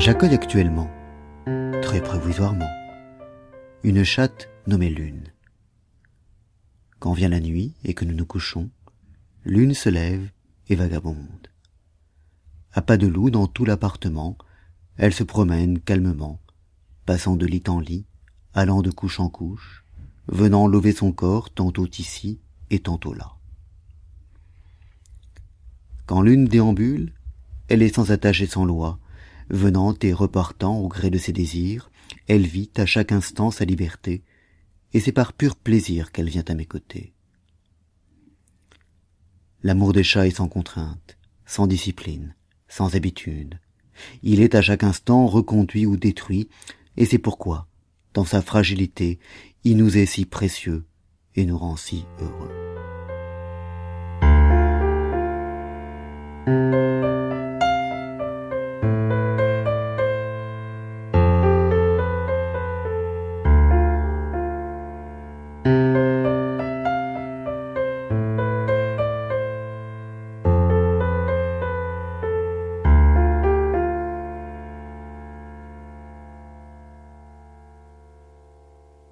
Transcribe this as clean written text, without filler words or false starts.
J'accueille actuellement, très provisoirement, une chatte nommée Lune. Quand vient la nuit et que nous nous couchons, Lune se lève et vagabonde. À pas de loup dans tout l'appartement, elle se promène calmement, passant de lit en lit, allant de couche en couche, venant lever son corps tantôt ici et tantôt là. Quand Lune déambule, elle est sans attache et sans loi, venant et repartant au gré de ses désirs, elle vit à chaque instant sa liberté, et c'est par pur plaisir qu'elle vient à mes côtés. L'amour des chats est sans contrainte, sans discipline, sans habitude. Il est à chaque instant reconduit ou détruit, et c'est pourquoi, dans sa fragilité, il nous est si précieux et nous rend si heureux.